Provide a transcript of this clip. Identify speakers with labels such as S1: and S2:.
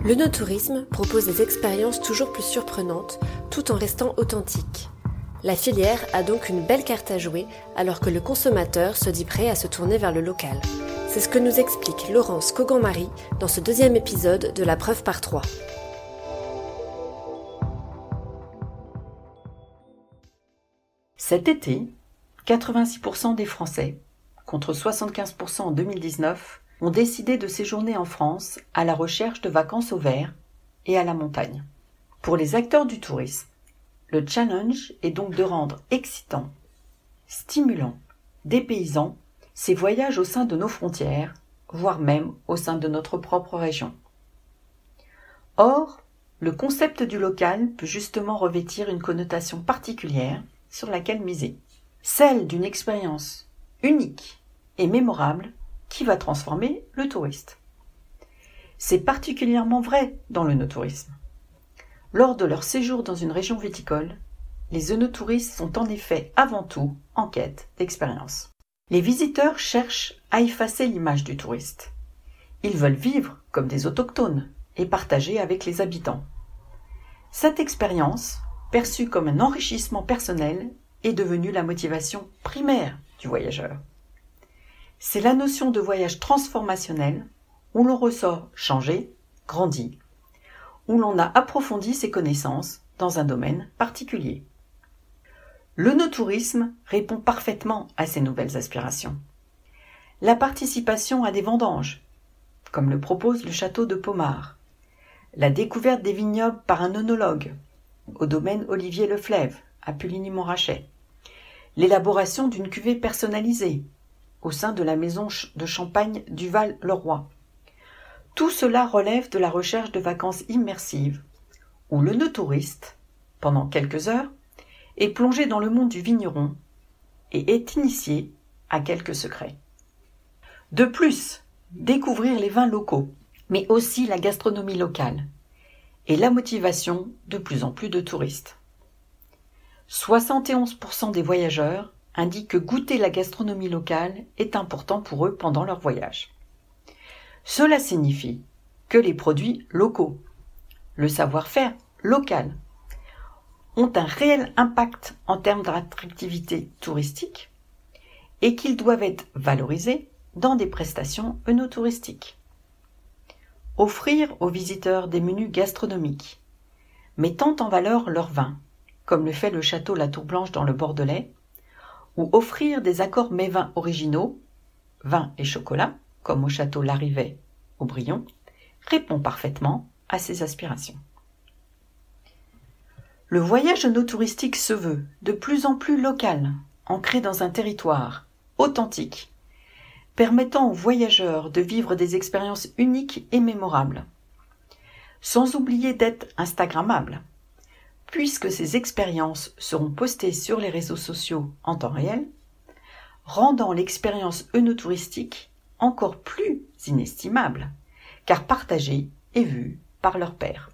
S1: Le no-tourisme propose des expériences toujours plus surprenantes, tout en restant authentique. La filière a donc une belle carte à jouer, alors que le consommateur se dit prêt à se tourner vers le local. C'est ce que nous explique Laurence Kogan-Marie dans ce deuxième épisode de La Preuve par 3.
S2: Cet été, 86% des Français, contre 75% en 2019, ont décidé de séjourner en France à la recherche de vacances au vert et à la montagne. Pour les acteurs du tourisme, le challenge est donc de rendre excitant, stimulant, dépaysant ces voyages au sein de nos frontières, voire même au sein de notre propre région. Or, le concept du local peut justement revêtir une connotation particulière sur laquelle miser, celle d'une expérience unique et mémorable qui va transformer le touriste. C'est particulièrement vrai dans le no-tourisme. Lors de leur séjour dans une région viticole, les œnotouristes sont en effet avant tout en quête d'expérience. Les visiteurs cherchent à effacer l'image du touriste. Ils veulent vivre comme des autochtones et partager avec les habitants. Cette expérience, perçue comme un enrichissement personnel, est devenue la motivation primaire du voyageur. C'est la notion de voyage transformationnel où l'on ressort changé, grandi, où l'on a approfondi ses connaissances dans un domaine particulier. Le no-tourisme répond parfaitement à ces nouvelles aspirations. La participation à des vendanges, comme le propose le château de Pommard, la découverte des vignobles par un œnologue, au domaine Olivier Leflèvre, à Puligny-Montrachet, l'élaboration d'une cuvée personnalisée, au sein de la maison de champagne du Val-le-Roi. Tout cela relève de la recherche de vacances immersives, où le no-touriste, pendant quelques heures, est plongé dans le monde du vigneron et est initié à quelques secrets. De plus, découvrir les vins locaux, mais aussi la gastronomie locale, est la motivation de plus en plus de touristes. 71% des voyageurs indiquent que goûter la gastronomie locale est important pour eux pendant leur voyage. Cela signifie que les produits locaux, le savoir-faire local, ont un réel impact en termes d'attractivité touristique et qu'ils doivent être valorisés dans des prestations œnotouristiques. Offrir aux visiteurs des menus gastronomiques, mettant en valeur leurs vins, comme le fait le château La Tour Blanche dans le Bordelais, ou offrir des accords mets-vins originaux, vin et chocolat, comme au château Larrivet, au Brion, répond parfaitement à ces aspirations. Le voyage no-touristique se veut de plus en plus local, ancré dans un territoire, authentique, permettant aux voyageurs de vivre des expériences uniques et mémorables, sans oublier d'être instagrammables, puisque ces expériences seront postées sur les réseaux sociaux en temps réel, rendant l'expérience œnotouristique encore plus inestimable, car partagée et vue par leurs pairs.